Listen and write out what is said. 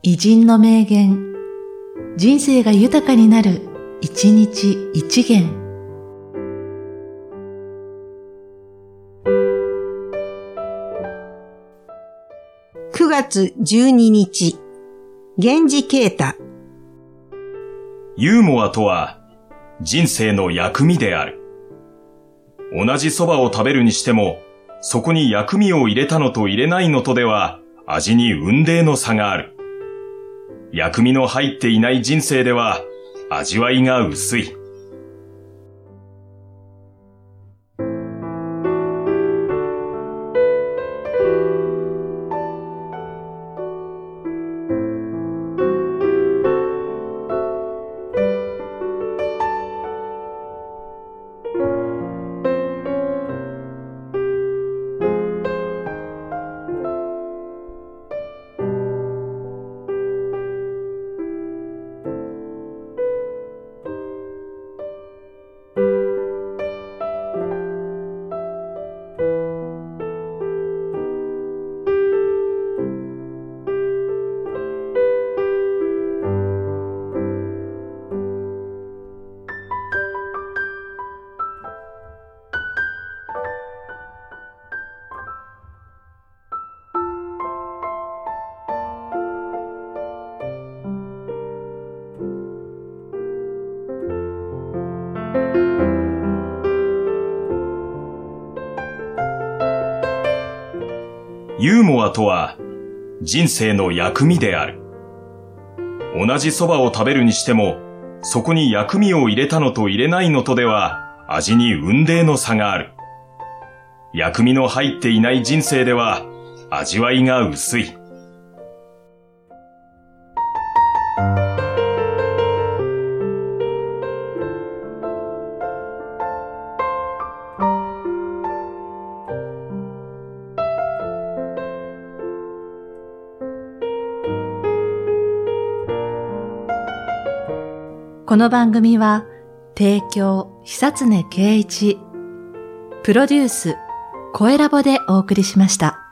偉人の名言、人生が豊かになる、一日一元。 9月12日、源氏啓太。 ユーモアとは人生の薬味である。同じ蕎麦を食べるにしても、そこに薬味を入れたのと入れないのとでは味に雲泥の差がある。薬味の入っていない人生では味わいが薄い。ユーモアとは人生の薬味である。同じ蕎麦を食べるにしても、そこに薬味を入れたのと入れないのとでは味に雲泥の差がある。薬味の入っていない人生では味わいが薄い。 この番組は提供久常圭一、プロデュース声ラボでお送りしました。